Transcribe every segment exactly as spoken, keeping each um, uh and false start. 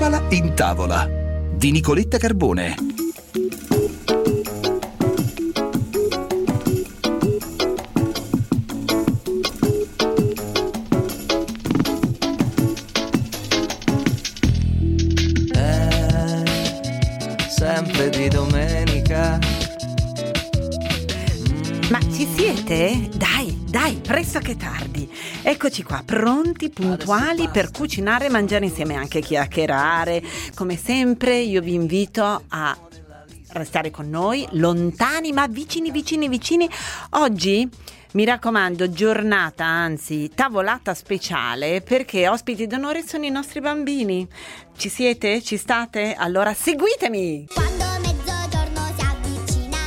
Tavola in tavola di Nicoletta Carbone. È sempre di domenica. Ma ci siete? Dai, dai, presto che tardi. Eccoci qua, pronti, puntuali per cucinare e mangiare insieme, anche chiacchierare. Come sempre io vi invito a restare con noi, lontani ma vicini, vicini, vicini. Oggi, mi raccomando, giornata, anzi tavolata speciale, perché ospiti d'onore sono i nostri bambini. Ci siete? Ci state? Allora seguitemi! Quando mezzogiorno si avvicina,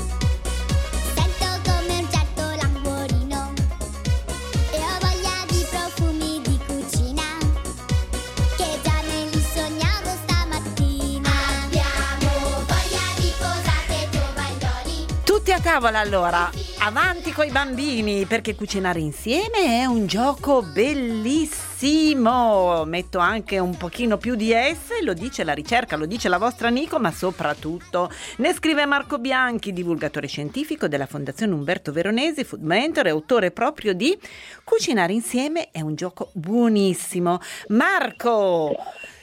sento come un certo languorino e ho voglia di profumi di cucina che già me li sognavo stamattina. Abbiamo voglia di posate e tovaglioli. Tutti a tavola allora, avanti coi bambini, perché cucinare insieme è un gioco bellissimo. Metto anche un pochino più di S, lo dice la ricerca, lo dice la vostra Nico, ma soprattutto ne scrive Marco Bianchi, divulgatore scientifico della Fondazione Umberto Veronesi, food mentor e autore proprio di Cucinare insieme è un gioco buonissimo. Marco,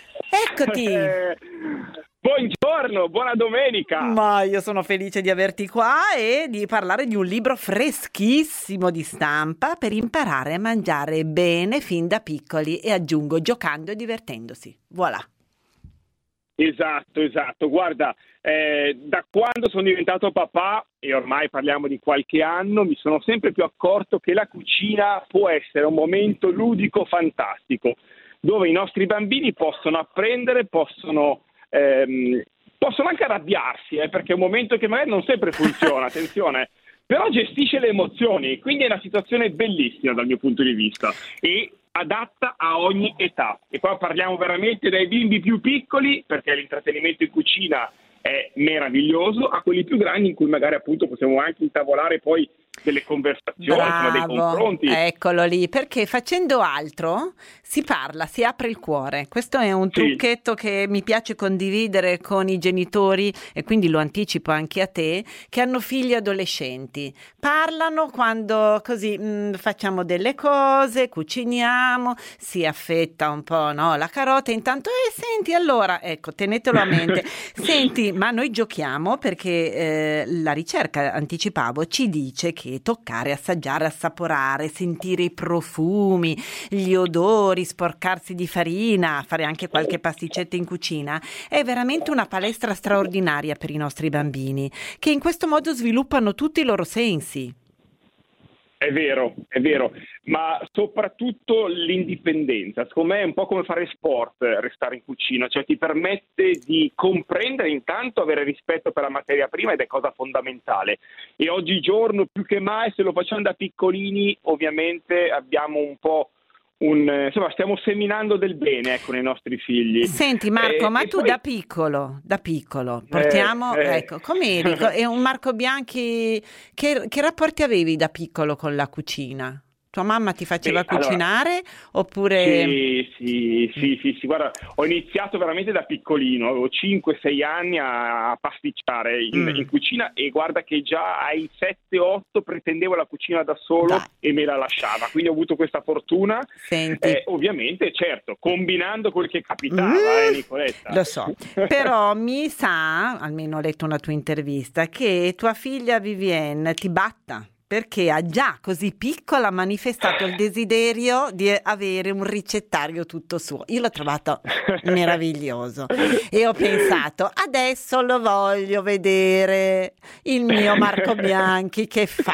eccoti! Buongiorno, buona domenica! Ma io sono felice di averti qua e di parlare di un libro freschissimo di stampa per imparare a mangiare bene fin da piccoli e aggiungo giocando e divertendosi. Voilà. Esatto, esatto. Guarda, eh, da quando sono diventato papà, e ormai parliamo di qualche anno, mi sono sempre più accorto che la cucina può essere un momento ludico fantastico, dove i nostri bambini possono apprendere, possono... Ehm, possono anche arrabbiarsi, eh, perché è un momento che magari non sempre funziona, attenzione, però gestisce le emozioni, quindi è una situazione bellissima dal mio punto di vista e adatta a ogni età. E qua parliamo veramente dai bimbi più piccoli, perché l'intrattenimento in cucina è meraviglioso, a quelli più grandi in cui magari appunto possiamo anche intavolare poi delle conversazioni, insomma, dei confronti. Eccolo lì, perché facendo altro si parla, si apre il cuore. Questo è un Sì. trucchetto che mi piace condividere con i genitori e quindi lo anticipo anche a te, che hanno figli adolescenti. Parlano quando così mh, facciamo delle cose, cuciniamo, si affetta un po', no, la carota, intanto eh senti allora, ecco, tenetelo a mente. Senti, ma noi giochiamo perché eh, la ricerca, anticipavo, ci dice che toccare, assaggiare, assaporare, sentire i profumi, gli odori, sporcarsi di farina, fare anche qualche pasticcetto in cucina, è veramente una palestra straordinaria per i nostri bambini, che in questo modo sviluppano tutti i loro sensi. È vero, è vero, ma soprattutto l'indipendenza, secondo me è un po' come fare sport, restare in cucina, cioè ti permette di comprendere intanto, avere rispetto per la materia prima ed è cosa fondamentale e oggigiorno più che mai se lo facciamo da piccolini ovviamente abbiamo un po' un, insomma stiamo seminando del bene ecco nei nostri figli. Senti Marco, Eh, ma e tu poi- da piccolo, da piccolo, portiamo, Eh, eh. ecco, com'eri? È un Marco Bianchi, che, che rapporti avevi da piccolo con la cucina? Tua mamma ti faceva Beh, allora, cucinare oppure... Sì, sì, sì, sì, sì, guarda, ho iniziato veramente da piccolino, avevo cinque sei anni a pasticciare in, Mm. in cucina e guarda che già ai sette otto pretendevo la cucina da solo Dai. e me la lasciava, quindi ho avuto questa fortuna, Senti, eh, ovviamente, certo, combinando quel che capitava, Mm, eh, Nicoletta. lo so, però mi sa, almeno ho letto una tua intervista, che tua figlia Vivienne ti batta. Perché ha già così piccola manifestato il desiderio di avere un ricettario tutto suo. Io l'ho trovato meraviglioso e ho pensato, adesso lo voglio vedere, il mio Marco Bianchi che fa.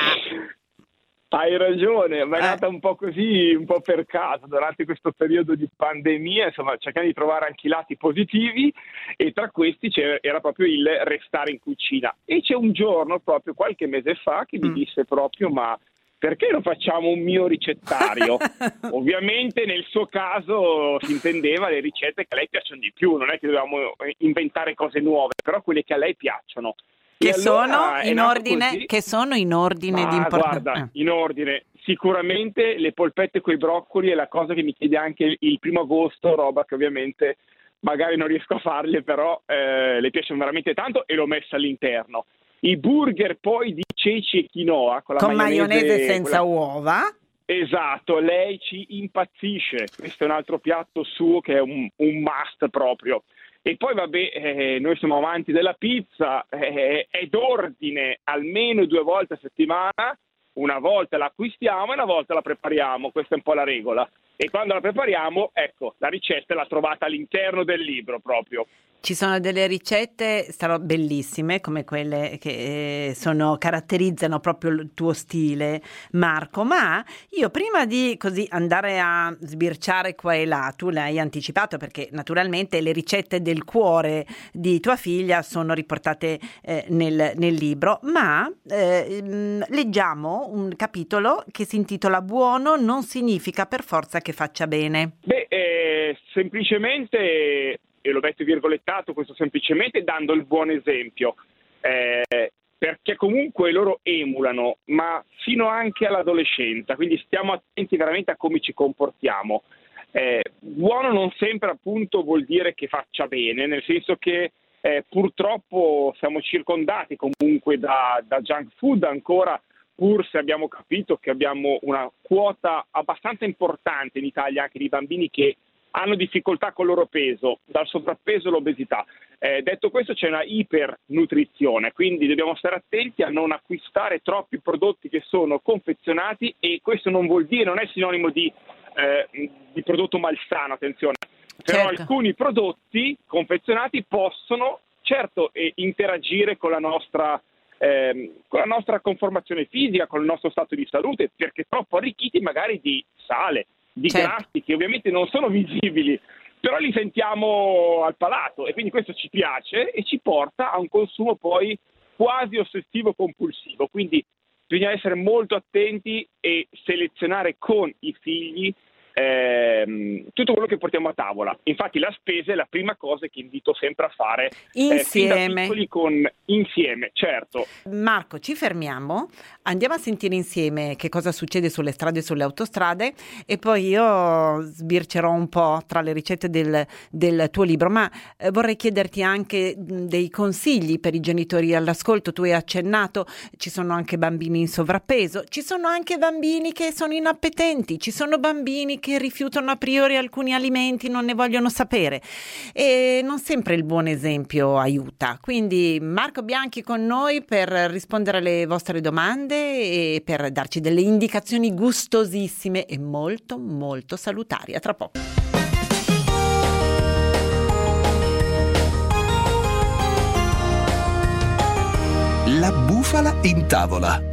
Hai ragione, ma è Eh. nata un po' così, un po' per caso, durante questo periodo di pandemia, insomma, cercando di trovare anche i lati positivi e tra questi c'era, era proprio il restare in cucina. E c'è un giorno, proprio qualche mese fa, che mi Mm. disse proprio, ma perché non facciamo un mio ricettario? Ovviamente nel suo caso si intendeva le ricette che a lei piacciono di più, non è che dovevamo inventare cose nuove, però quelle che a lei piacciono. Che E allora sono è in nato ordine, così. che sono in ordine Ma di importanza. guarda, in ordine, sicuramente le polpette coi broccoli è la cosa che mi chiede anche il primo agosto, roba che ovviamente magari non riesco a farle, però eh, le piacciono veramente tanto e l'ho messa all'interno. I burger poi di ceci e quinoa con la con maionese, maionese senza quella... uova. Esatto, lei ci impazzisce. Questo è un altro piatto suo che è un, un must proprio. E poi vabbè, eh, noi siamo amanti della pizza, eh, è d'ordine almeno due volte a settimana, una volta la acquistiamo e una volta la prepariamo, questa è un po' la regola. E quando la prepariamo, ecco, la ricetta l'ha trovata all'interno del libro proprio. Ci sono delle ricette sarò bellissime come quelle che eh, sono, caratterizzano proprio il tuo stile, Marco, ma io prima di così andare a sbirciare qua e là, tu l'hai anticipato perché naturalmente le ricette del cuore di tua figlia sono riportate eh, nel, nel libro, ma eh, leggiamo un capitolo che si intitola Buono non significa per forza che faccia bene. Beh, eh, semplicemente... e lo metto virgolettato, questo semplicemente dando il buon esempio, eh, perché comunque loro emulano, ma fino anche all'adolescenza, quindi stiamo attenti veramente a come ci comportiamo. Eh, buono non sempre appunto vuol dire che faccia bene, nel senso che eh, purtroppo siamo circondati comunque da, da junk food ancora, pur se abbiamo capito che abbiamo una quota abbastanza importante in Italia anche di bambini che hanno difficoltà con il loro peso, dal sovrappeso all'obesità. Eh, detto questo c'è una ipernutrizione, quindi dobbiamo stare attenti a non acquistare troppi prodotti che sono confezionati, e questo non vuol dire, non è sinonimo di, eh, di prodotto malsano, attenzione. Però Certo. alcuni prodotti confezionati possono, certo, eh, interagire con la nostra ehm, con la nostra conformazione fisica, con il nostro stato di salute, perché troppo arricchiti magari di sale, di Certo. grassi che ovviamente non sono visibili, però li sentiamo al palato, e quindi questo ci piace e ci porta a un consumo poi quasi ossessivo compulsivo. Quindi bisogna essere molto attenti e selezionare con i figli ehm, tutto quello che portiamo a tavola. Infatti la spesa è la prima cosa che invito sempre a fare eh, fin da Insieme. piccoli, con insieme, certo. Marco, ci fermiamo, andiamo a sentire insieme che cosa succede sulle strade e sulle autostrade e poi io sbircerò un po' tra le ricette del, del tuo libro, ma eh, vorrei chiederti anche mh, dei consigli per i genitori all'ascolto. Tu hai accennato, ci sono anche bambini in sovrappeso, ci sono anche bambini che sono inappetenti, ci sono bambini che rifiutano a priori alcuni alimenti, non ne vogliono sapere, e non sempre il buon esempio aiuta. Quindi Marco Bianchi con noi per rispondere alle vostre domande e per darci delle indicazioni gustosissime e molto molto salutari. A tra poco. La bufala in tavola.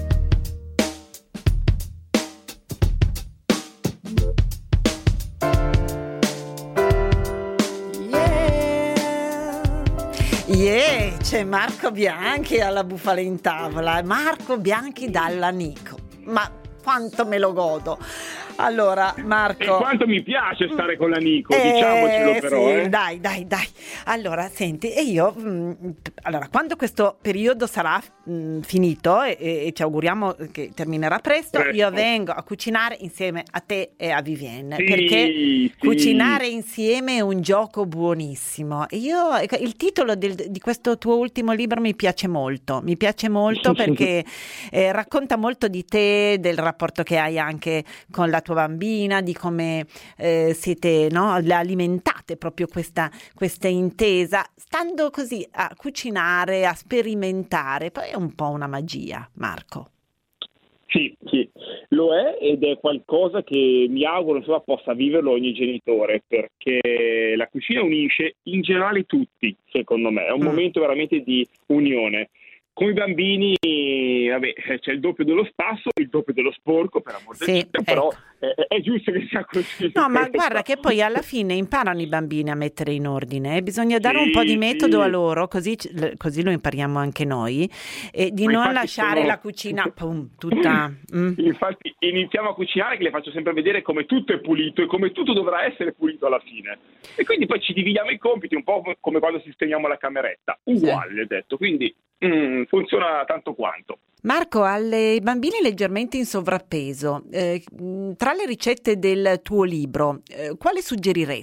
Yeah, c'è Marco Bianchi alla bufala in tavola. Marco Bianchi dall'Anico. Ma quanto me lo godo. Allora, Marco. E quanto mi piace stare con l'Anico, Eh, diciamocelo però. sì, eh. dai, dai, dai. Allora, senti, e io, mh, allora, quando questo periodo sarà mh, finito e, e ci auguriamo che terminerà presto, Presto. io vengo a cucinare insieme a te e a Vivienne, Sì, perché sì. cucinare insieme è un gioco buonissimo. E io, ecco, il titolo del- di questo tuo ultimo libro mi piace molto, mi piace molto perché eh, racconta molto di te, del rapporto che hai anche con la tua bambina, di come eh, siete, no, la alimentate proprio questa, questa intesa, stando così a cucinare, a sperimentare. Poi è un po' una magia, Marco. Sì, sì, lo è, ed è qualcosa che mi auguro insomma possa viverlo ogni genitore, perché la cucina unisce in generale tutti, secondo me, è un Mm. momento veramente di unione. Con i bambini, vabbè, c'è il doppio dello spasso, il doppio dello sporco, per amor del Sì, cielo, però ecco. è, è giusto che sia così. No, ma guarda che poi alla fine imparano i bambini a mettere in ordine, eh. Bisogna dare Sì, un po' di metodo sì. a loro, così, così lo impariamo anche noi, e di Ma non infatti lasciare sono- la cucina pum, tutta... mm. Infatti iniziamo a cucinare che le faccio sempre vedere come tutto è pulito e come tutto dovrà essere pulito alla fine. E quindi poi ci dividiamo i compiti un po' come quando sistemiamo la cameretta. Uguale, ho detto. Quindi mm, funziona tanto quanto. Marco, alle bambini leggermente in sovrappeso, eh, mh, tra le ricette del tuo libro, eh, quale suggeriresti?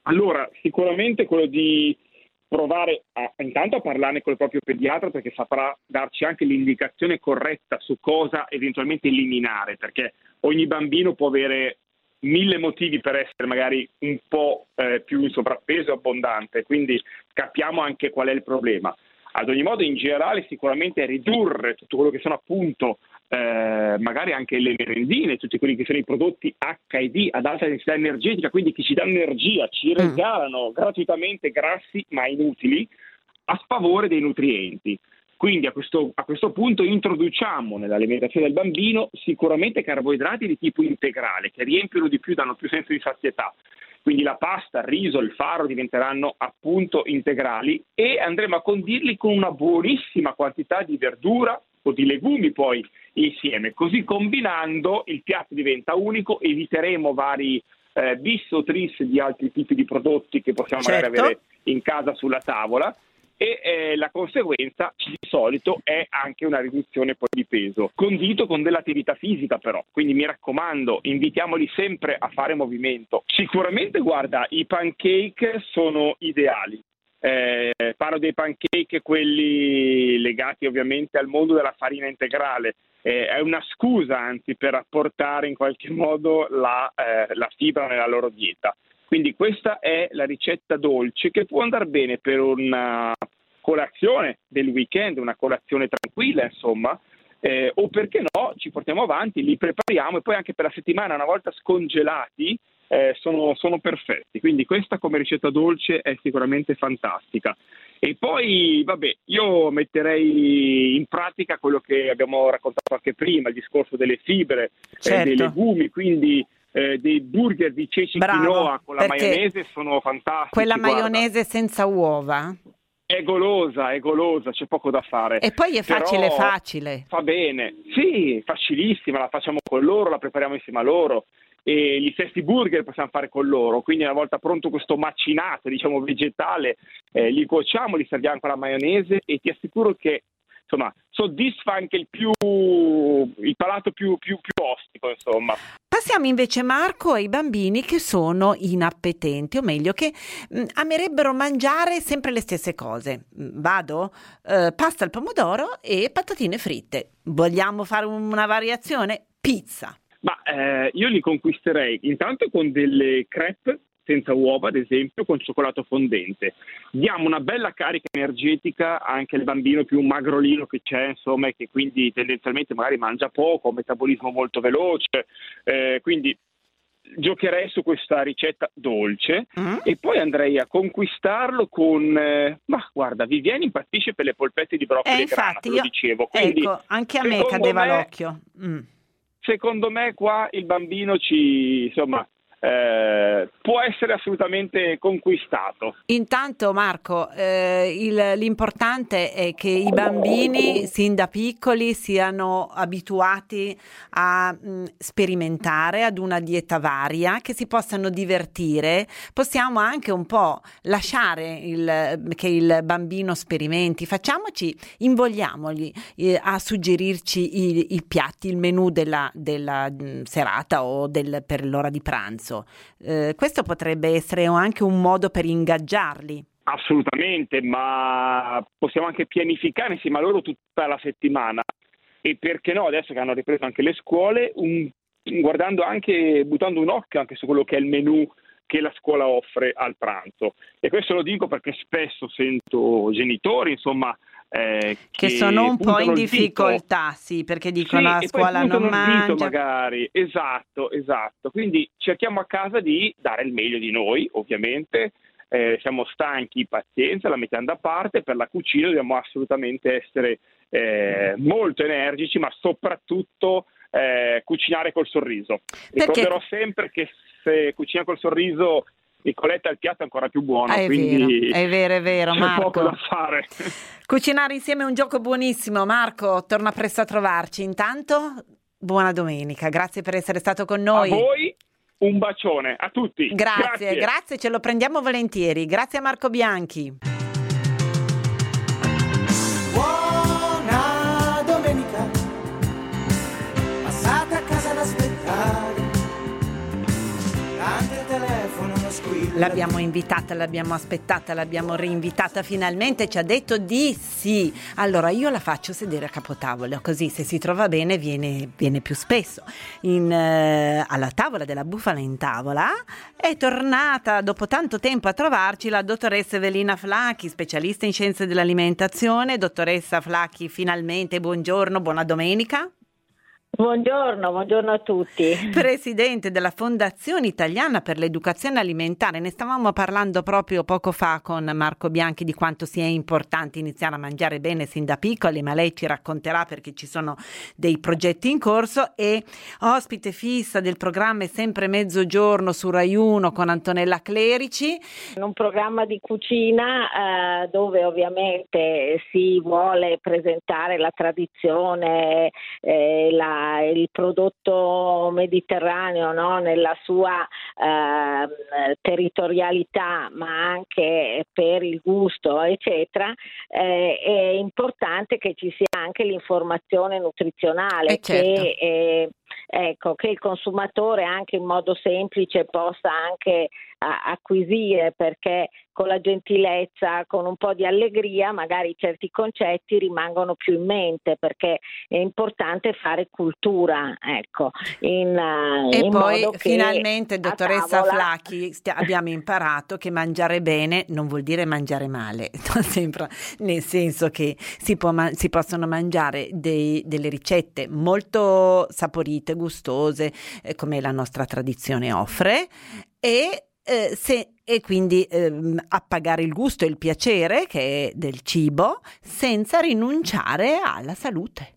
Allora, sicuramente quello di provare a, intanto a parlarne con il proprio pediatra, perché saprà darci anche l'indicazione corretta su cosa eventualmente eliminare, perché ogni bambino può avere mille motivi per essere magari un po' eh, più in sovrappeso e abbondante, quindi capiamo anche qual è il problema. Ad ogni modo, in generale, sicuramente ridurre tutto quello che sono appunto eh, magari anche le merendine, tutti quelli che sono i prodotti acca i di ad alta densità energetica, quindi che ci danno energia, ci regalano gratuitamente grassi ma inutili a sfavore dei nutrienti. Quindi a questo, a questo punto introduciamo nell'alimentazione del bambino sicuramente carboidrati di tipo integrale, che riempiono di più, danno più senso di sazietà. Quindi la pasta, il riso, il farro diventeranno appunto integrali e andremo a condirli con una buonissima quantità di verdura o di legumi poi insieme. Così combinando il piatto diventa unico, eviteremo vari eh, bis o tris di altri tipi di prodotti che possiamo certo. magari avere in casa sulla tavola. E eh, la conseguenza di solito è anche una riduzione poi di peso, condito con dell'attività fisica però, quindi mi raccomando, invitiamoli sempre a fare movimento. Sicuramente, guarda, i pancake sono ideali, eh, parlo dei pancake quelli legati ovviamente al mondo della farina integrale, eh, è una scusa anzi per apportare in qualche modo la, eh, la fibra nella loro dieta. Quindi questa è la ricetta dolce che può andare bene per una colazione del weekend, una colazione tranquilla, insomma, eh, o perché no, ci portiamo avanti, li prepariamo e poi anche per la settimana, una volta scongelati, eh, sono, sono perfetti. Quindi questa come ricetta dolce è sicuramente fantastica. E poi, vabbè, io metterei in pratica quello che abbiamo raccontato anche prima, il discorso delle fibre, certo. eh, dei legumi, quindi... Eh, dei burger di ceci quinoa con la maionese sono fantastici. Quella guarda. maionese senza uova? È golosa, è golosa, c'è poco da fare. E poi è facile Però facile. Fa bene, sì, facilissima, la facciamo con loro, la prepariamo insieme a loro. E gli stessi burger possiamo fare con loro, quindi una volta pronto questo macinato, diciamo vegetale, eh, li cuociamo, li serviamo con la maionese e ti assicuro che insomma soddisfa anche il più il palato più, più, più ostico, insomma. Passiamo invece, Marco, ai bambini che sono inappetenti, o meglio che mh, amerebbero mangiare sempre le stesse cose. Vado? Eh, pasta al pomodoro e patatine fritte. Vogliamo fare una variazione? Pizza. Ma eh, io li conquisterei intanto con delle crepe senza uova, ad esempio, con cioccolato fondente. Diamo una bella carica energetica anche al bambino più magrolino che c'è, insomma, e che quindi tendenzialmente magari mangia poco, un metabolismo molto veloce, eh, quindi giocherei su questa ricetta dolce mm. e poi andrei a conquistarlo con eh, ma guarda, Viviane impazzisce per le polpette di broccoli eh, e grana, infatti, te lo dicevo. Quindi, ecco, anche a me cadeva me, l'occhio. Mm. Secondo me qua il bambino ci, insomma, Eh, può essere assolutamente conquistato. Intanto, Marco, eh, il, l'importante è che i bambini sin da piccoli siano abituati a mh, sperimentare ad una dieta varia, che si possano divertire. Possiamo anche un po' lasciare il, che il bambino sperimenti, facciamoci, invogliamoli eh, a suggerirci i, i piatti, il menù della, della mh, serata o del, per l'ora di pranzo. Eh, questo potrebbe essere anche un modo per ingaggiarli. Assolutamente, ma possiamo anche pianificare insieme a loro tutta la settimana e perché no, adesso che hanno ripreso anche le scuole, un, guardando anche, buttando un occhio anche su quello che è il menù che la scuola offre al pranzo. E questo lo dico perché spesso sento genitori, insomma, Eh, che, che sono un po' in difficoltà, sì, perché dicono sì, a scuola non mangia. Magari, esatto, esatto. Quindi cerchiamo a casa di dare il meglio di noi, ovviamente. Eh, siamo stanchi, pazienza, la mettiamo da parte. Per la cucina dobbiamo assolutamente essere eh, molto energici, ma soprattutto eh, cucinare col sorriso. Perché... Ricorderò sempre che se cucina col sorriso, Nicoletta, il piatto è ancora più buono, ah, è quindi vero, è vero, è vero, c'è Marco. poco da fare. Cucinare insieme è un gioco buonissimo. Marco, torna presto a trovarci. Intanto, buona domenica, grazie per essere stato con noi. A voi un bacione, a tutti. Grazie, grazie, grazie, ce lo prendiamo volentieri. Grazie a Marco Bianchi. Buona domenica, passate a casa ad aspettare, anche il telefono non squilla. L'abbiamo invitata, l'abbiamo aspettata, l'abbiamo rinvitata finalmente, ci ha detto di sì. Allora io la faccio sedere a capotavolo, così se si trova bene viene, viene più spesso. In, eh, alla tavola della Bufala in Tavola è tornata dopo tanto tempo a trovarci la dottoressa Evelina Flacchi, specialista in scienze dell'alimentazione. Dottoressa Flacchi, finalmente buongiorno, buona domenica. Buongiorno, buongiorno a tutti. Presidente della Fondazione Italiana per l'Educazione Alimentare, ne stavamo parlando proprio poco fa con Marco Bianchi di quanto sia importante iniziare a mangiare bene sin da piccoli, ma lei ci racconterà perché ci sono dei progetti in corso. E ospite fissa del programma È sempre mezzogiorno su Rai uno con Antonella Clerici. Un programma di cucina eh, dove ovviamente si vuole presentare la tradizione, eh, la il prodotto mediterraneo, no? Nella sua eh, territorialità, ma anche per il gusto, eccetera. Eh, è importante che ci sia anche l'informazione nutrizionale, eh certo. che eh, ecco, che il consumatore anche in modo semplice possa anche a, acquisire, perché con la gentilezza, con un po' di allegria, magari certi concetti rimangono più in mente, perché è importante fare cultura, ecco. In, e in poi modo che finalmente, dottoressa tavola... Flacchi, stia, abbiamo imparato che mangiare bene non vuol dire mangiare male, sempre, nel senso che si, può, si possono mangiare dei, delle ricette molto saporite, gustose, eh, come la nostra tradizione offre, e Eh, se, e quindi ehm, appagare il gusto e il piacere che è del cibo senza rinunciare alla salute.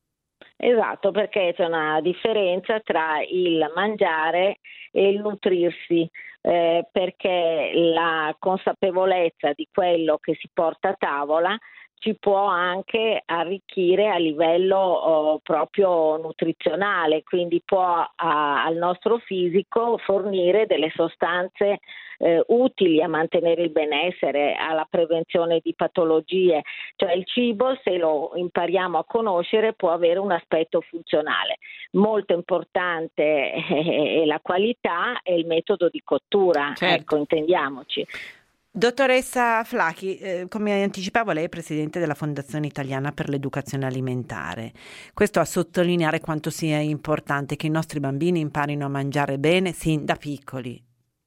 Esatto, perché c'è una differenza tra il mangiare e il nutrirsi, eh, perché la consapevolezza di quello che si porta a tavola ci può anche arricchire a livello oh, proprio nutrizionale, quindi può a, al nostro fisico fornire delle sostanze eh, utili a mantenere il benessere, alla prevenzione di patologie. Cioè il cibo, se lo impariamo a conoscere, può avere un aspetto funzionale. Molto importante è la qualità e il metodo di cottura, certo. Ecco, intendiamoci. Dottoressa Flacchi, eh, come anticipavo, lei è presidente della Fondazione Italiana per l'Educazione Alimentare. Questo a sottolineare quanto sia importante che i nostri bambini imparino a mangiare bene sin da piccoli.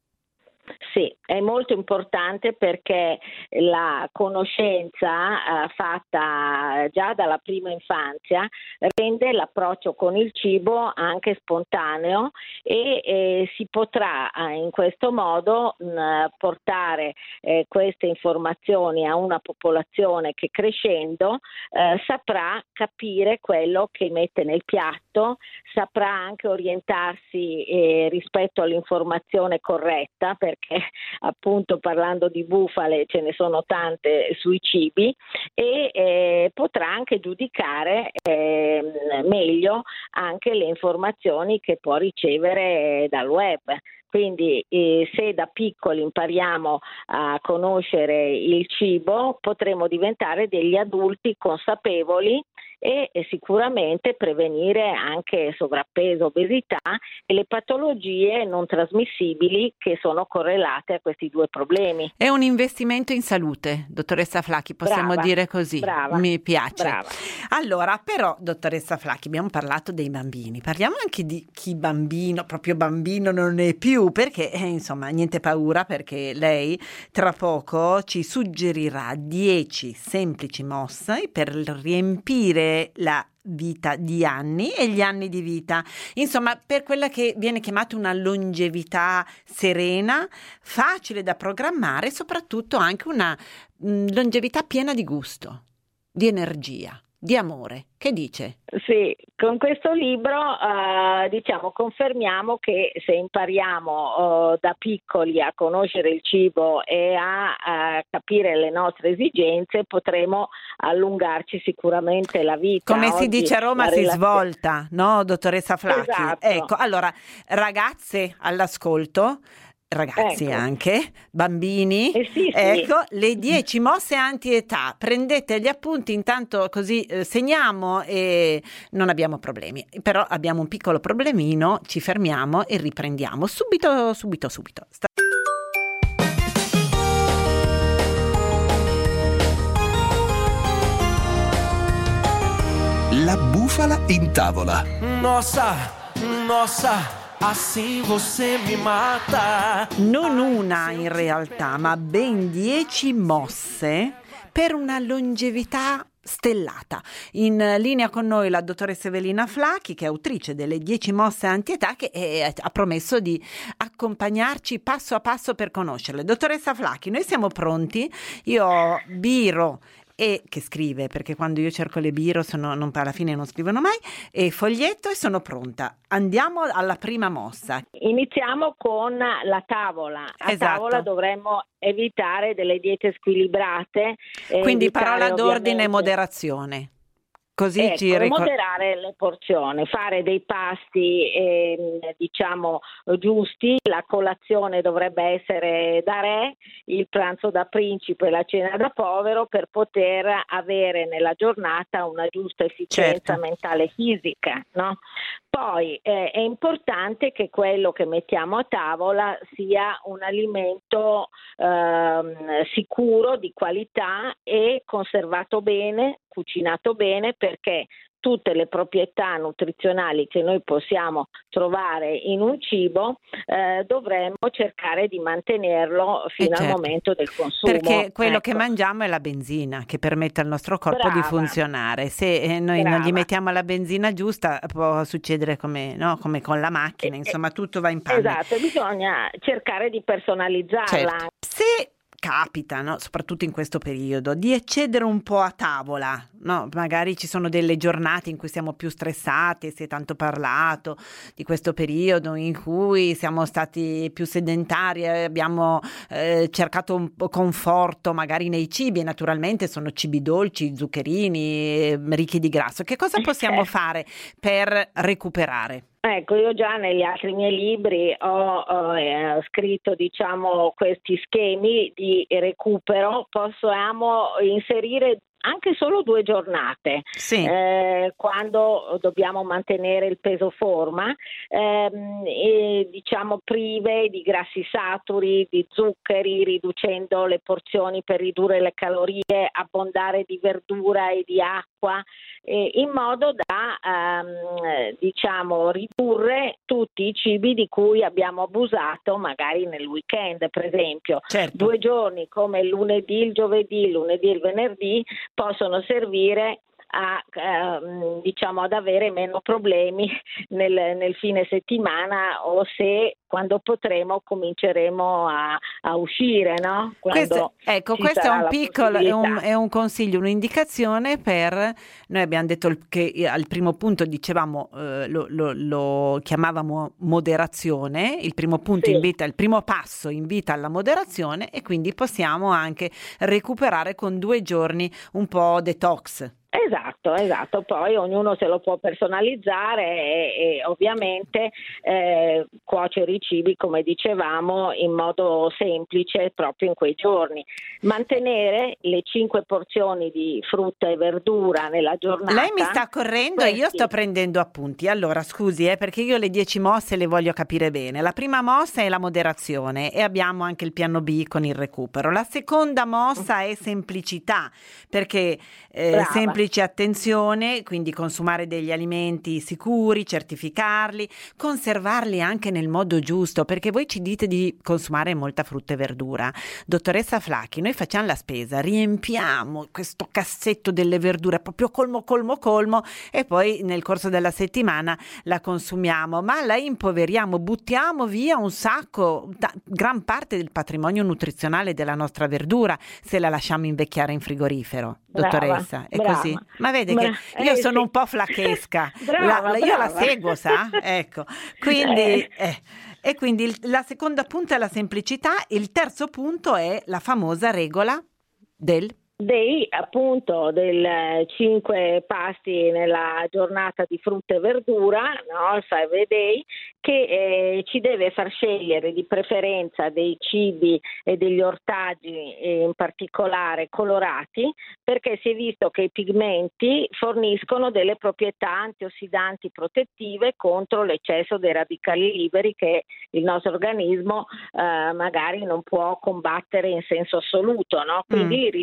Sì, è molto importante perché la conoscenza eh, fatta già dalla prima infanzia rende l'approccio con il cibo anche spontaneo e eh, si potrà eh, in questo modo mh, portare eh, queste informazioni a una popolazione che crescendo eh, saprà capire quello che mette nel piatto, saprà anche orientarsi eh, rispetto all'informazione corretta, perché appunto parlando di bufale ce ne sono tante sui cibi, e eh, potrà anche giudicare eh, meglio anche le informazioni che può ricevere dal web. Quindi eh, se da piccoli impariamo a conoscere il cibo, potremo diventare degli adulti consapevoli e, e sicuramente prevenire anche sovrappeso, obesità e le patologie non trasmissibili che sono correlate a questi due problemi. È un investimento in salute, dottoressa Flacchi, possiamo brava, dire così. Brava, Mi piace. Brava. Allora, però, dottoressa Flacchi, abbiamo parlato dei bambini, parliamo anche di chi bambino, proprio bambino non è più, perché eh, insomma niente paura, perché lei tra poco ci suggerirà dieci semplici mosse per riempire la vita di anni e gli anni di vita, insomma per quella che viene chiamata una longevità serena, facile da programmare e soprattutto anche una mh, longevità piena di gusto, di energia, di amore. Che dice? Sì, con questo libro eh, diciamo confermiamo che se impariamo eh, da piccoli a conoscere il cibo e a, a capire le nostre esigenze, potremo allungarci sicuramente la vita. Come si Oggi dice a Roma si relazio... svolta, no, dottoressa Flacchi? Esatto. Ecco, allora ragazze all'ascolto, ragazzi ecco. anche, bambini, eh sì, sì. Ecco, le dieci mosse anti-età, prendete gli appunti, intanto così eh, segniamo e non abbiamo problemi, però abbiamo un piccolo problemino, ci fermiamo e riprendiamo subito, subito, subito. Sta- La bufala in tavola. Nossa, nossa, assim você me mata. Non una in realtà, ma ben dieci mosse per una longevità stellata. In linea con noi la dottoressa Evelina Flacchi, che è autrice delle dieci mosse antietà, che è, ha promesso di accompagnarci passo a passo per conoscerle. Dottoressa Flacchi, noi siamo pronti. Io ho Biro e che scrive, perché quando io cerco le biro sono, non, alla fine non scrivono mai, e foglietto, e sono pronta. Andiamo alla prima mossa. Iniziamo con la tavola. A Esatto. tavola dovremmo evitare delle diete squilibrate. eh, Quindi evitare parola d'ordine ovviamente- e moderazione. Così Ecco, ci ricor- moderare le porzioni, fare dei pasti ehm, diciamo giusti. La colazione dovrebbe essere da re, il pranzo da principe e la cena da povero, per poter avere nella giornata una giusta efficienza Certo. mentale e fisica, no? Poi eh, è importante che quello che mettiamo a tavola sia un alimento ehm, sicuro, di qualità e conservato bene, cucinato bene, perché tutte le proprietà nutrizionali che noi possiamo trovare in un cibo eh, dovremmo cercare di mantenerlo fino Eh, al certo. momento del consumo. Perché quello Ecco. che mangiamo è la benzina che permette al nostro corpo di Brava. funzionare. Se eh, noi non gli Brava. mettiamo la benzina giusta, può succedere come, no? come con la macchina, Eh, insomma tutto va in panne. Esatto, bisogna cercare di personalizzarla. Certo. Se capita, no, soprattutto in questo periodo, di eccedere un po' a tavola, no? Magari ci sono delle giornate in cui siamo più stressati, si è tanto parlato di questo periodo in cui siamo stati più sedentari, eh, abbiamo eh, cercato un po' conforto magari nei cibi, e naturalmente sono cibi dolci, zuccherini, eh, ricchi di grasso. Che cosa possiamo fare per recuperare? Ecco, io già negli altri miei libri ho, ho, eh, scritto, diciamo, questi schemi di recupero. Possiamo inserire anche solo due giornate, Sì. eh, quando dobbiamo mantenere il peso forma, ehm, e, diciamo, prive di grassi saturi, di zuccheri, riducendo le porzioni per ridurre le calorie, abbondare di verdura e di acqua, eh, in modo da ehm, diciamo ridurre tutti i cibi di cui abbiamo abusato magari nel weekend, per esempio. Certo. Due giorni come il lunedì, il giovedì, il lunedì e il venerdì possono servire a ehm, diciamo ad avere meno problemi nel, nel fine settimana, o se quando potremo cominceremo a, a uscire, no? Quando Questo, ecco, ci questo è sarà un la piccolo, è un, possibilità. è un consiglio, un'indicazione per, noi abbiamo detto il- che al primo punto dicevamo, eh, lo, lo- lo chiamavamo moderazione, il primo punto Sì. invita, il primo passo invita alla moderazione, e quindi possiamo anche recuperare con due giorni un po' detox. Esatto, esatto, poi ognuno se lo può personalizzare e, e ovviamente eh, cuocere i cibi, come dicevamo, in modo semplice proprio in quei giorni. Mantenere le cinque porzioni di frutta e verdura nella giornata. Lei mi sta correndo e io Questi- sto prendendo appunti. Allora, scusi, eh, perché io le dieci mosse le voglio capire bene. La prima mossa è la moderazione, e abbiamo anche il piano B con il recupero. La seconda mossa è semplicità, perché eh, Brava. semplice attenzione, quindi consumare degli alimenti sicuri, certificarli, conservarli anche nel modo giusto, perché voi ci dite di consumare molta frutta e verdura. Dottoressa Flacchi, noi facciamo la spesa, riempiamo questo cassetto delle verdure proprio colmo, colmo, colmo, e poi nel corso della settimana la consumiamo, ma la impoveriamo, buttiamo via un sacco, da- gran parte del patrimonio nutrizionale della nostra verdura se la lasciamo invecchiare in frigorifero. Dottoressa, Brava, è brava. così? Ma vede Bra- che io eh, sono sì. un po' flachesca, Brava, La- la- io la brava. seguo, sa? Ecco, quindi... Eh. eh, E quindi il- la seconda punto è la semplicità, il terzo punto è la famosa regola del... Dei appunto del cinque pasti nella giornata di frutta e verdura, no? Il five a day, che eh, ci deve far scegliere di preferenza dei cibi e degli ortaggi, eh, in particolare colorati, perché si è visto che i pigmenti forniscono delle proprietà antiossidanti protettive contro l'eccesso dei radicali liberi che il nostro organismo eh, magari non può combattere in senso assoluto, no? Quindi Mm. li ritroviamo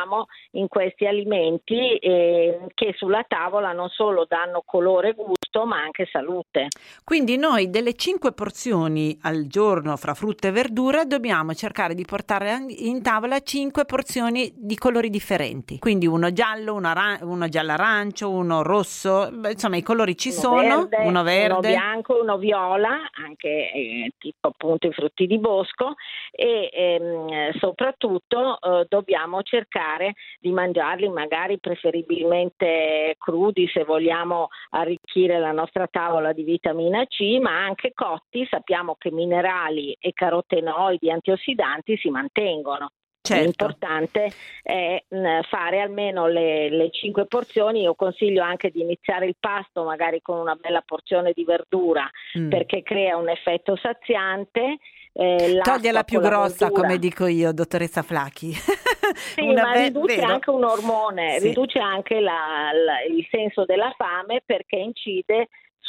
troviamo in questi alimenti eh, che sulla tavola non solo danno colore e gusto, ma anche salute. Quindi noi delle cinque porzioni al giorno fra frutta e verdura dobbiamo cercare di portare in tavola cinque porzioni di colori differenti. Quindi uno giallo, uno, aran- uno giallo arancio, uno rosso, insomma i colori ci Uno sono, verde, uno verde. Uno bianco, uno viola, anche eh, tipo appunto i frutti di bosco e ehm, soprattutto eh, dobbiamo cercare di mangiarli magari preferibilmente crudi se vogliamo arricchire la nostra tavola di vitamina C, ma anche cotti. Sappiamo che minerali e carotenoidi, antiossidanti si mantengono. Certo. L'importante è mh, fare almeno le, le cinque porzioni. Io consiglio anche di iniziare il pasto magari con una bella porzione di verdura Mm. perché crea un effetto saziante. Eh, Togliela l'acqua più con la grossa, verdura- come dico io, dottoressa Flacchi. Sì, Una ma ve- riduce vero? anche un ormone, Sì. riduce anche la- la- il senso della fame perché incide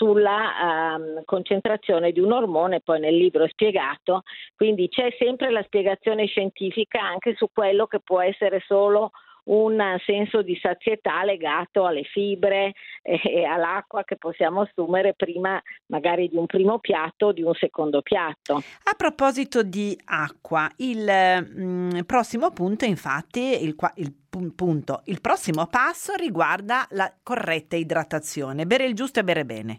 sulla ehm, concentrazione di un ormone, poi nel libro è spiegato, quindi c'è sempre la spiegazione scientifica anche su quello che può essere solo un senso di sazietà legato alle fibre e all'acqua che possiamo assumere prima magari di un primo piatto o di un secondo piatto. A proposito di acqua, il mm, prossimo punto, infatti, il, qua- il pu- punto, il prossimo passo riguarda la corretta idratazione, bere il giusto e bere bene.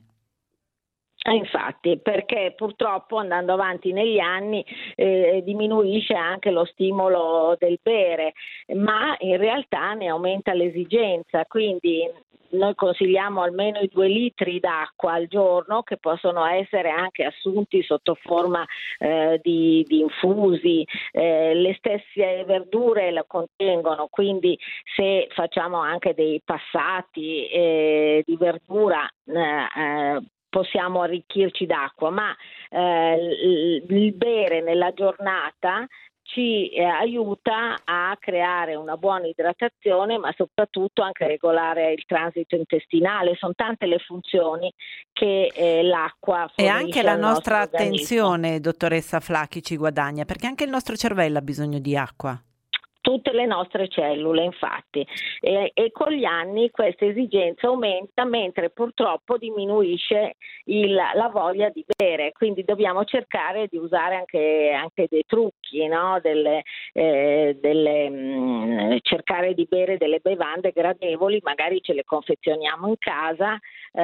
Eh, Infatti, perché purtroppo andando avanti negli anni eh, diminuisce anche lo stimolo del bere, ma in realtà ne aumenta l'esigenza, quindi noi consigliamo almeno i due litri d'acqua al giorno che possono essere anche assunti sotto forma eh, di, di infusi, eh, le stesse verdure la contengono, quindi se facciamo anche dei passati eh, di verdura eh, eh, possiamo arricchirci d'acqua, ma eh, il, il bere nella giornata ci eh, aiuta a creare una buona idratazione, ma soprattutto anche a regolare il transito intestinale. Sono tante le funzioni che eh, l'acqua E fornisce anche la al nostro nostra organismo. attenzione, dottoressa Flacchi, ci guadagna, perché anche il nostro cervello ha bisogno di acqua. Tutte le nostre cellule, infatti, e, e con gli anni questa esigenza aumenta, mentre purtroppo diminuisce il, la voglia di bere, quindi dobbiamo cercare di usare anche, anche dei trucchi, no? delle, eh, delle, mh, cercare di bere delle bevande gradevoli, magari ce le confezioniamo in casa,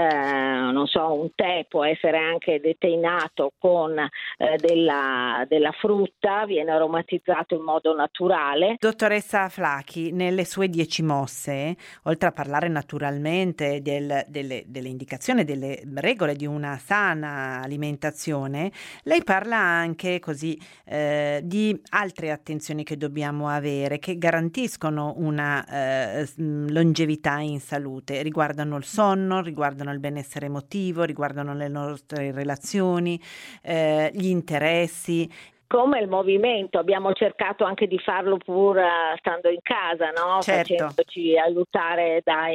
eh, non so, un tè può essere anche deteinato con eh, della, della frutta, viene aromatizzato in modo naturale. Dottoressa Flacchi, nelle sue dieci mosse, oltre a parlare naturalmente del- delle, delle indicazioni, delle regole di una sana alimentazione, lei parla anche così eh, di altre attenzioni che dobbiamo avere, che garantiscono una eh, s- mh, longevità in salute. Riguardano il sonno, riguardano il benessere emotivo, riguardano le nostre relazioni, eh, gli interessi. Come il movimento, abbiamo cercato anche di farlo pur eh, stando in casa, no? Certo. Facendoci aiutare dai,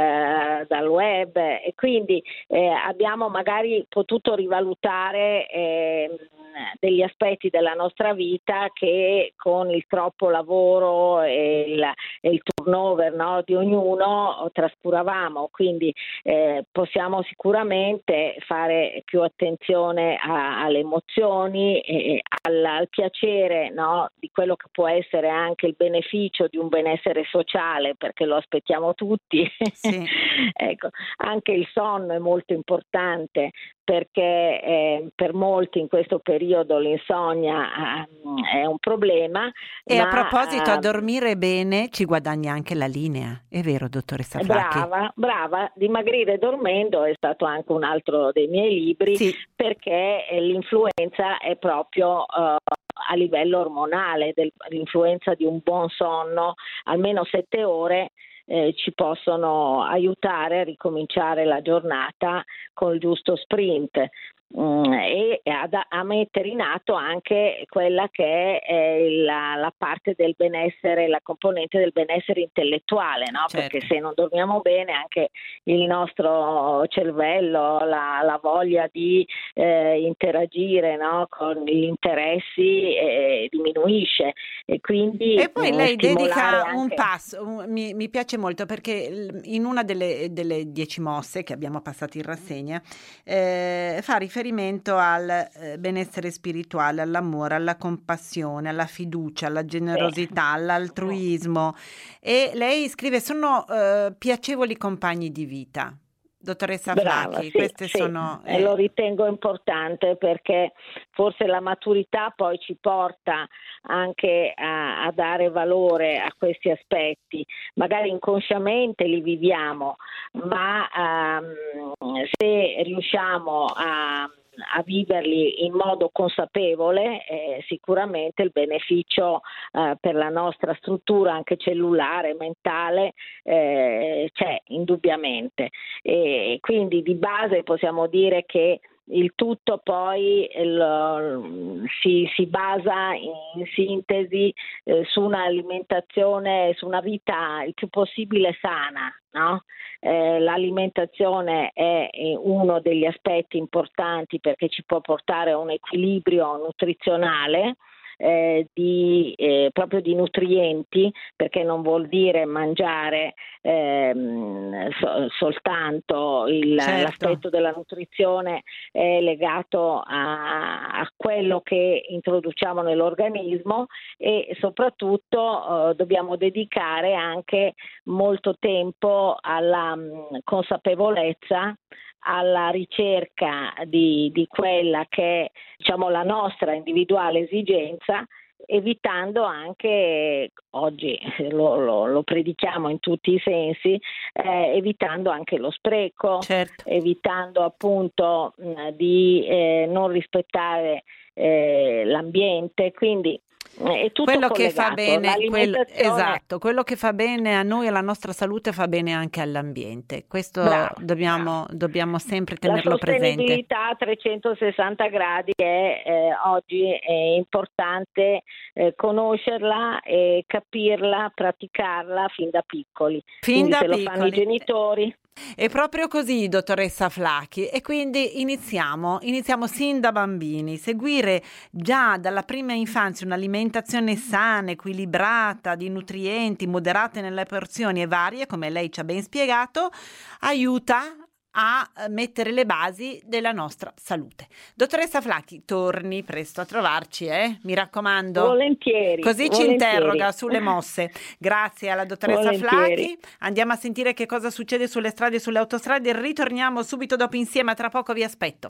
eh, dal web e quindi eh, abbiamo magari potuto rivalutare eh, degli aspetti della nostra vita che con il troppo lavoro e il, e il turnover, no, di ognuno trascuravamo, quindi eh, possiamo sicuramente fare più attenzione a- alle emozioni e al al piacere, no, di quello che può essere anche il beneficio di un benessere sociale, perché lo aspettiamo tutti. Sì. Ecco, anche il sonno è molto importante perché eh, per molti in questo periodo l'insonnia eh, è un problema. E ma, a proposito, a eh, dormire bene ci guadagna anche la linea, è vero, dottoressa Flacchi? Brava, brava, dimagrire dormendo è stato anche un altro dei miei libri, Sì. perché eh, l'influenza è proprio eh, a livello ormonale, del- l'influenza di un buon sonno, almeno sette ore eh, ci possono aiutare a ricominciare la giornata col giusto sprint. mh, e ad, a mettere in atto anche quella che è la, la parte del benessere, la componente del benessere intellettuale, no? Certo. Perché se non dormiamo bene anche il nostro cervello, la, la voglia di eh, interagire, no? Con gli interessi eh, diminuisce, e quindi E poi mh, lei dedica anche... un passo, un- mi, mi piace molto perché l- in una delle, delle dieci mosse che abbiamo passato in rassegna eh, fa riferimento al eh, benessere spirituale, all'amore, alla compassione, alla fiducia, alla generosità, all'altruismo, e lei scrive sono eh, piacevoli compagni di vita. Dottoressa Brava, Flacchi, sì, queste sì, sono... e eh, lo ritengo importante, perché forse la maturità poi ci porta anche a, a dare valore a questi aspetti. Magari inconsciamente li viviamo, ma ehm, se riusciamo a a viverli in modo consapevole, eh, sicuramente il beneficio eh, per la nostra struttura anche cellulare, mentale, eh, c'è indubbiamente, e quindi di base possiamo dire che il tutto poi il, si, si basa in sintesi eh, su un'alimentazione, su una vita il più possibile sana, no? Eh, l'alimentazione è uno degli aspetti importanti, perché ci può portare a un equilibrio nutrizionale, Eh, di, eh, proprio di nutrienti, perché non vuol dire mangiare ehm, so, soltanto il, Certo. l'aspetto della nutrizione è legato a, a quello che introduciamo nell'organismo, e soprattutto eh, dobbiamo dedicare anche molto tempo alla mh, consapevolezza, alla ricerca di, di quella che è, diciamo, la nostra individuale esigenza, evitando anche, oggi lo, lo, lo predichiamo in tutti i sensi, eh, evitando anche lo spreco, certo. evitando appunto mh, di eh, non rispettare eh, l'ambiente, quindi è tutto quello che collegato. fa bene, quel- L'alimentazione- esatto, quello che fa bene a noi, alla nostra salute, fa bene anche all'ambiente. Questo Bravo, dobbiamo, dobbiamo sempre La tenerlo presente. sostenibilità a trecentosessanta gradi è eh, oggi è importante eh, conoscerla e capirla, praticarla fin da piccoli. Fin Quindi da se lo fanno i piccoli. genitori. È proprio così, dottoressa Flacchi, e quindi iniziamo, iniziamo sin da bambini, seguire già dalla prima infanzia un'alimentazione sana, equilibrata, di nutrienti, moderate nelle porzioni e varie, come lei ci ha ben spiegato, aiuta a mettere le basi della nostra salute. Dottoressa Flacchi, torni presto a trovarci, eh? Mi raccomando. Volentieri. Così ci volentieri. interroga sulle mosse. Grazie alla dottoressa Volentieri. Flacchi. Andiamo a sentire che cosa succede sulle strade e sulle autostrade. Ritorniamo subito dopo insieme, a tra poco vi aspetto.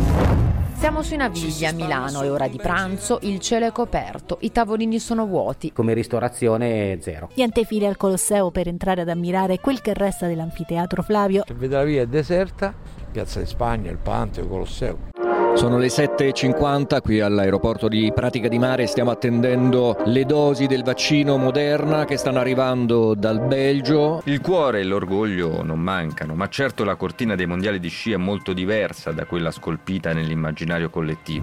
Siamo su Naviglia a Milano, è ora di pranzo, il cielo è coperto, i tavolini sono vuoti. Come ristorazione zero. Niente file al Colosseo per entrare ad ammirare quel che resta dell'anfiteatro Flavio. Se vede la via è deserta, Piazza di Spagna, il Pantheon, il Colosseo. Sono le sette e cinquanta qui all'aeroporto di Pratica di Mare, stiamo attendendo le dosi del vaccino Moderna che stanno arrivando dal Belgio. Il cuore e l'orgoglio non mancano, ma certo la cortina dei mondiali di sci è molto diversa da quella scolpita nell'immaginario collettivo.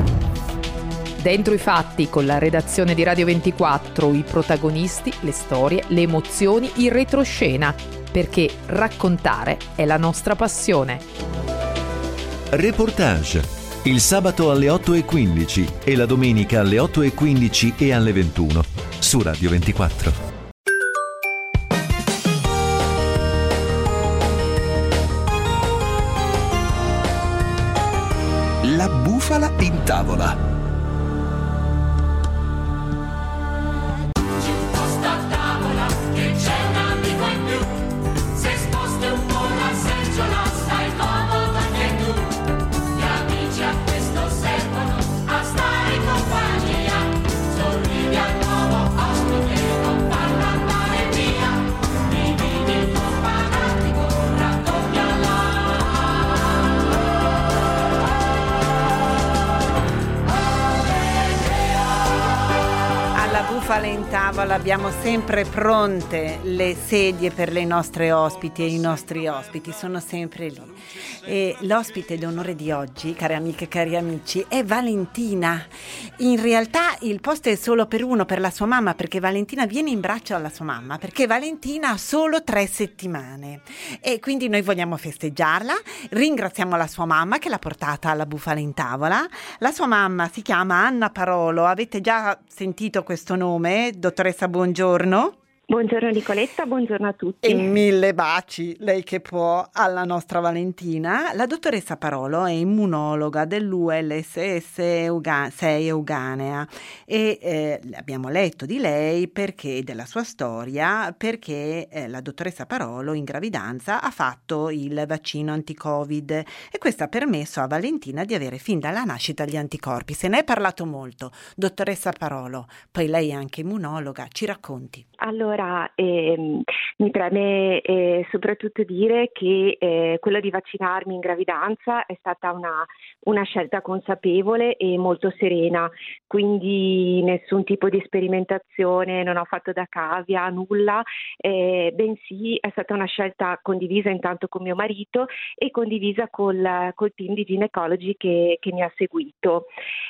Dentro i fatti, con la redazione di Radio ventiquattro, i protagonisti, le storie, le emozioni, il retroscena, perché raccontare è la nostra passione. Reportage. Il sabato alle otto e quindici e la domenica alle otto e quindici e alle ventuno su Radio ventiquattro. La bufala in tavola. tavola abbiamo sempre pronte le sedie per le nostre ospiti e i nostri ospiti sono sempre lì. E l'ospite d'onore di oggi, care amiche e cari amici, è Valentina. In realtà il posto è solo per uno, per la sua mamma, perché Valentina viene in braccio alla sua mamma, perché Valentina ha solo tre settimane e quindi noi vogliamo festeggiarla. Ringraziamo la sua mamma che l'ha portata alla Bufala in Tavola. La sua mamma si chiama Anna Parolo, avete già sentito questo nome? Dottoressa, buongiorno. Buongiorno Nicoletta, buongiorno a tutti. E mille baci, lei che può, alla nostra Valentina. La dottoressa Parolo è immunologa dell'U L S S sei Euganea e eh, abbiamo letto di lei perché della sua storia, perché eh, la dottoressa Parolo in gravidanza ha fatto il vaccino anti-Covid e questo ha permesso a Valentina di avere fin dalla nascita gli anticorpi. Se ne è parlato molto. Dottoressa Parolo, poi lei è anche immunologa, ci racconti. Allora, ehm, mi preme eh, soprattutto dire che eh, quello di vaccinarmi in gravidanza è stata una, una scelta consapevole e molto serena, quindi nessun tipo di sperimentazione, non ho fatto da cavia, nulla, eh, bensì è stata una scelta condivisa intanto con mio marito e condivisa col, col team di ginecologi che, che mi ha seguito.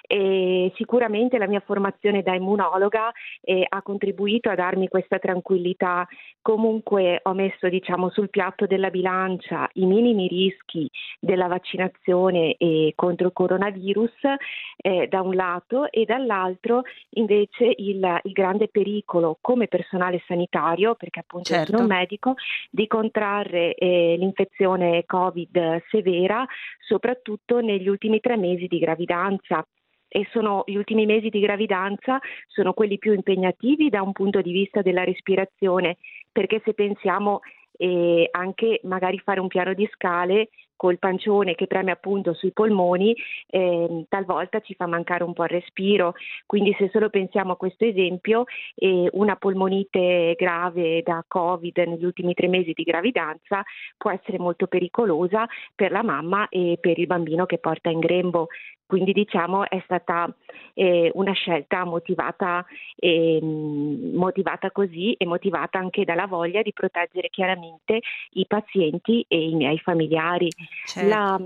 E sicuramente la mia formazione da immunologa eh, ha contribuito a darmi questa tranquillità. Comunque ho messo, diciamo, sul piatto della bilancia i minimi rischi della vaccinazione e contro il coronavirus eh, da un lato e dall'altro invece il, il grande pericolo come personale sanitario, perché appunto certo. sono un medico, di contrarre eh, l'infezione Covid severa soprattutto negli ultimi tre mesi di gravidanza. E sono gli ultimi mesi di gravidanza sono quelli più impegnativi da un punto di vista della respirazione, perché se pensiamo eh, anche magari fare un piano di scale col pancione che preme appunto sui polmoni, eh, talvolta ci fa mancare un po' il respiro, quindi se solo pensiamo a questo esempio, eh, una polmonite grave da Covid negli ultimi tre mesi di gravidanza può essere molto pericolosa per la mamma e per il bambino che porta in grembo. Quindi diciamo è stata eh, una scelta motivata, eh, motivata così e motivata anche dalla voglia di proteggere chiaramente i pazienti e i miei familiari. Certo. La,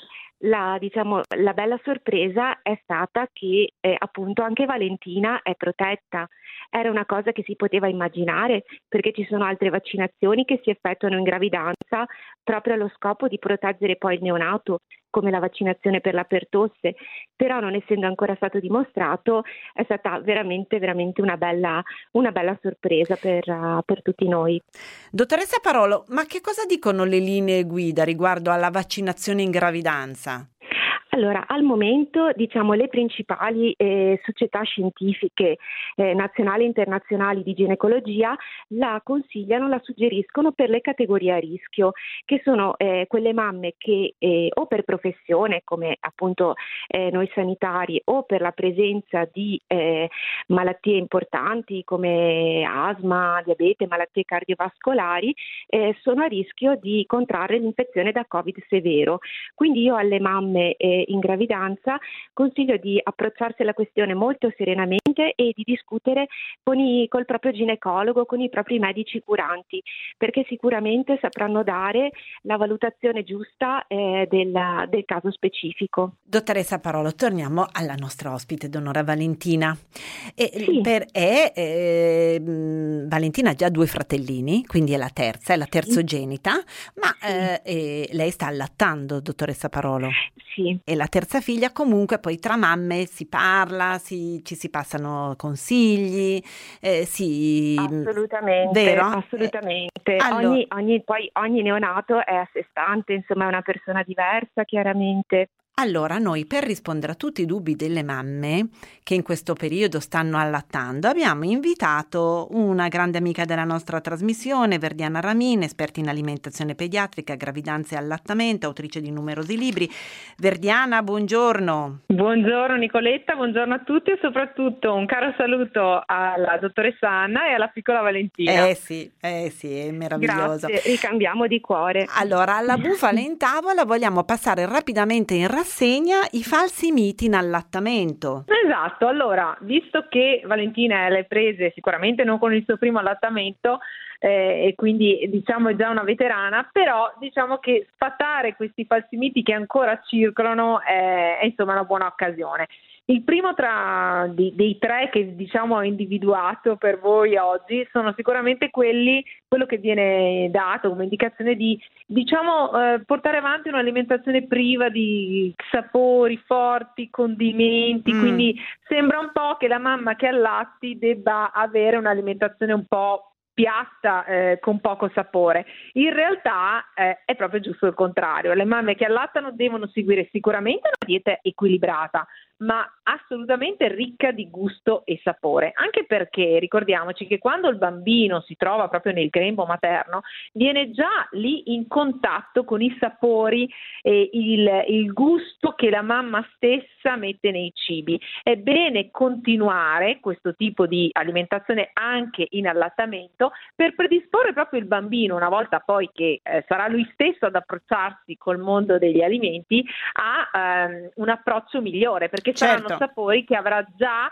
la, diciamo, la bella sorpresa è stata che eh, appunto anche Valentina è protetta. Era una cosa che si poteva immaginare perché ci sono altre vaccinazioni che si effettuano in gravidanza proprio allo scopo di proteggere poi il neonato, come la vaccinazione per la pertosse, però non essendo ancora stato dimostrato è stata veramente veramente una bella, una bella sorpresa per, uh, per tutti noi. Dottoressa Parolo, ma che cosa dicono le linee guida riguardo alla vaccinazione in gravidanza? Allora, al momento, diciamo, le principali eh, società scientifiche eh, nazionali e internazionali di ginecologia la consigliano, la suggeriscono per le categorie a rischio, che sono eh, quelle mamme che eh, o per professione, come appunto eh, noi sanitari, o per la presenza di eh, malattie importanti come asma, diabete, malattie cardiovascolari, eh, sono a rischio di contrarre l'infezione da Covid severo. Quindi io alle mamme eh, in gravidanza consiglio di approcciarsi alla questione molto serenamente e di discutere con i, col proprio ginecologo, con i propri medici curanti, perché sicuramente sapranno dare la valutazione giusta eh, del, del caso specifico. Dottoressa Parolo, torniamo alla nostra ospite d'onore Valentina. E sì. per, è, eh, Valentina ha già due fratellini, quindi è la terza, è la terzogenita, ma sì. eh, eh, lei sta allattando, dottoressa Parolo. Sì. E la terza figlia, comunque poi tra mamme si parla, si, ci si passano consigli, eh, si... Assolutamente, vero? assolutamente. Allora... Ogni, ogni, poi ogni neonato è a sé stante, insomma è una persona diversa chiaramente. Allora, noi per rispondere a tutti i dubbi delle mamme che in questo periodo stanno allattando, abbiamo invitato una grande amica della nostra trasmissione, Verdiana Ramin, esperta in alimentazione pediatrica, gravidanza e allattamento, autrice di numerosi libri. Verdiana, buongiorno. Buongiorno Nicoletta, buongiorno a tutti e soprattutto un caro saluto alla dottoressa Anna e alla piccola Valentina. Eh sì, eh sì, è meraviglioso. Grazie, ricambiamo di cuore. Allora, alla Bufala in Tavola vogliamo passare rapidamente in rassegna rassegna i falsi miti in allattamento. Esatto, allora, visto che Valentina le prese sicuramente non con il suo primo allattamento, eh, e quindi diciamo è già una veterana, però diciamo che sfatare questi falsi miti che ancora circolano è, è insomma una buona occasione. Il primo tra di, dei tre che diciamo ho individuato per voi oggi sono sicuramente quelli, quello che viene dato come indicazione di diciamo eh, portare avanti un'alimentazione priva di sapori forti, condimenti, mm. quindi sembra un po' che la mamma che allatti debba avere un'alimentazione un po' piatta, eh, con poco sapore. In realtà eh, è proprio giusto il contrario. Le mamme che allattano devono seguire sicuramente una dieta equilibrata, ma assolutamente ricca di gusto e sapore, anche perché ricordiamoci che quando il bambino si trova proprio nel grembo materno viene già lì in contatto con i sapori e il, il gusto che la mamma stessa mette nei cibi. È bene continuare questo tipo di alimentazione anche in allattamento per predisporre proprio il bambino, una volta poi che eh, sarà lui stesso ad approcciarsi col mondo degli alimenti, a ehm, un approccio migliore, perché saranno certo. sapori che avrà già,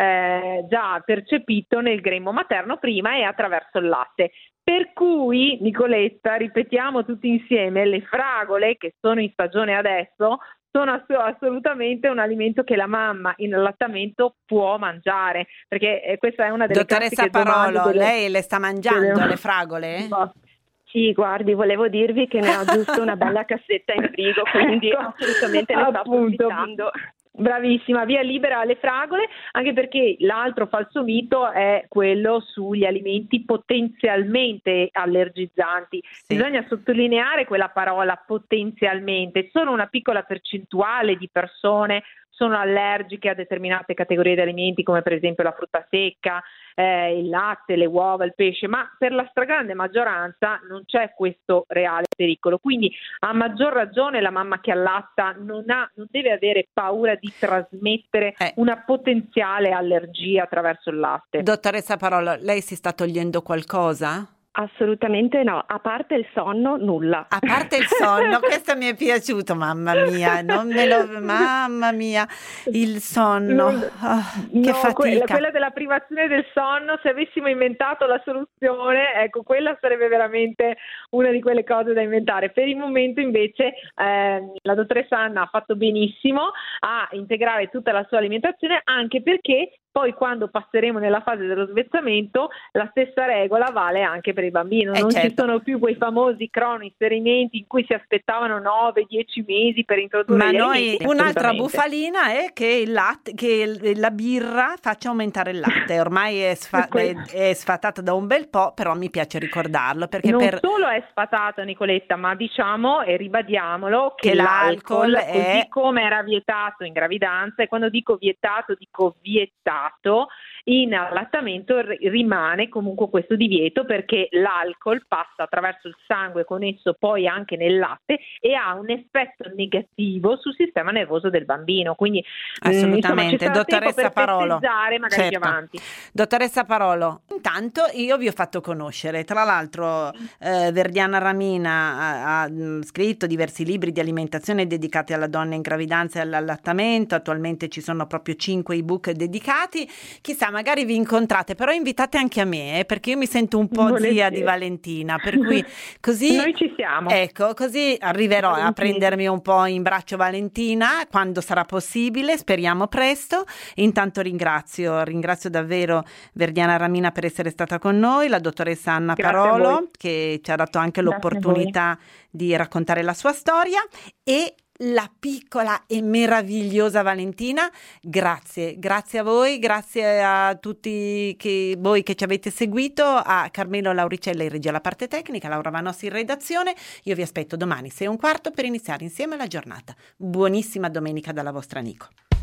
eh, già percepito nel grembo materno prima e attraverso il latte. Per cui, Nicoletta, ripetiamo tutti insieme, le fragole che sono in stagione adesso sono ass- assolutamente un alimento che la mamma in allattamento può mangiare, perché eh, questa è una delle Dottoressa Parolo, delle... lei le sta mangiando delle... le fragole? No. Sì, guardi, volevo dirvi che ne ho giusto una bella cassetta in frigo, quindi ecco, assolutamente ne sto approfittando. Bravissima, via libera alle fragole, anche perché l'altro falso mito è quello sugli alimenti potenzialmente allergizzanti. Sì. Bisogna sottolineare quella parola potenzialmente. Solo una piccola percentuale di persone sono allergiche a determinate categorie di alimenti, come per esempio la frutta secca, eh, il latte, le uova, il pesce, ma per la stragrande maggioranza non c'è questo reale pericolo. Quindi a maggior ragione la mamma che allatta non ha, non deve avere paura di trasmettere eh. una potenziale allergia attraverso il latte. Dottoressa Parolo, lei si sta togliendo qualcosa? Assolutamente no, a parte il sonno nulla. A parte il sonno, questo mi è piaciuto, mamma mia, non me lo, mamma mia, il sonno, non, oh, che no, fatica. Quella, quella della privazione del sonno, se avessimo inventato la soluzione, ecco, quella sarebbe veramente una di quelle cose da inventare. Per il momento invece eh, la dottoressa Anna ha fatto benissimo a integrare tutta la sua alimentazione, anche perché poi quando passeremo nella fase dello svezzamento la stessa regola vale anche per il bambino, eh non certo. ci sono più quei famosi cronoinserimenti in cui si aspettavano nove dieci mesi per introdurre ma gli noi alimenti. Un'altra bufalina è che il latte, che la birra faccia aumentare il latte, ormai è, sfa- è, è sfatata da un bel po', però mi piace ricordarlo perché non per... solo è sfatata, Nicoletta, ma diciamo e ribadiamolo che, che l'alcol, l'alcol è... così come era vietato in gravidanza, e quando dico vietato dico vietato, in allattamento rimane comunque questo divieto, perché l'alcol passa attraverso il sangue, con esso poi anche nel latte, e ha un effetto negativo sul sistema nervoso del bambino. Quindi assolutamente, insomma, dottoressa Parolo, magari certo. più avanti. Dottoressa Parolo, intanto io vi ho fatto conoscere, tra l'altro eh, Verdiana Ramina ha, ha scritto diversi libri di alimentazione dedicati alla donna in gravidanza e all'allattamento, attualmente ci sono proprio cinque ebook dedicati. Chissà, magari vi incontrate, però invitate anche a me, eh, perché io mi sento un po' Volentieri. zia di Valentina, per cui così noi ci siamo. Ecco, così arriverò Valentina. a prendermi un po' in braccio Valentina quando sarà possibile, speriamo presto. Intanto ringrazio, ringrazio davvero Verdiana Ramina per essere stata con noi, la dottoressa Anna Grazie Parolo che ci ha dato anche Grazie l'opportunità di raccontare la sua storia, e la piccola e meravigliosa Valentina. Grazie, grazie a voi, grazie a tutti che, voi che ci avete seguito, a Carmelo Lauricella in regia alla parte tecnica, Laura Vanossi in redazione. Io vi aspetto domani sei e un quarto per iniziare insieme la giornata. Buonissima domenica dalla vostra Nico.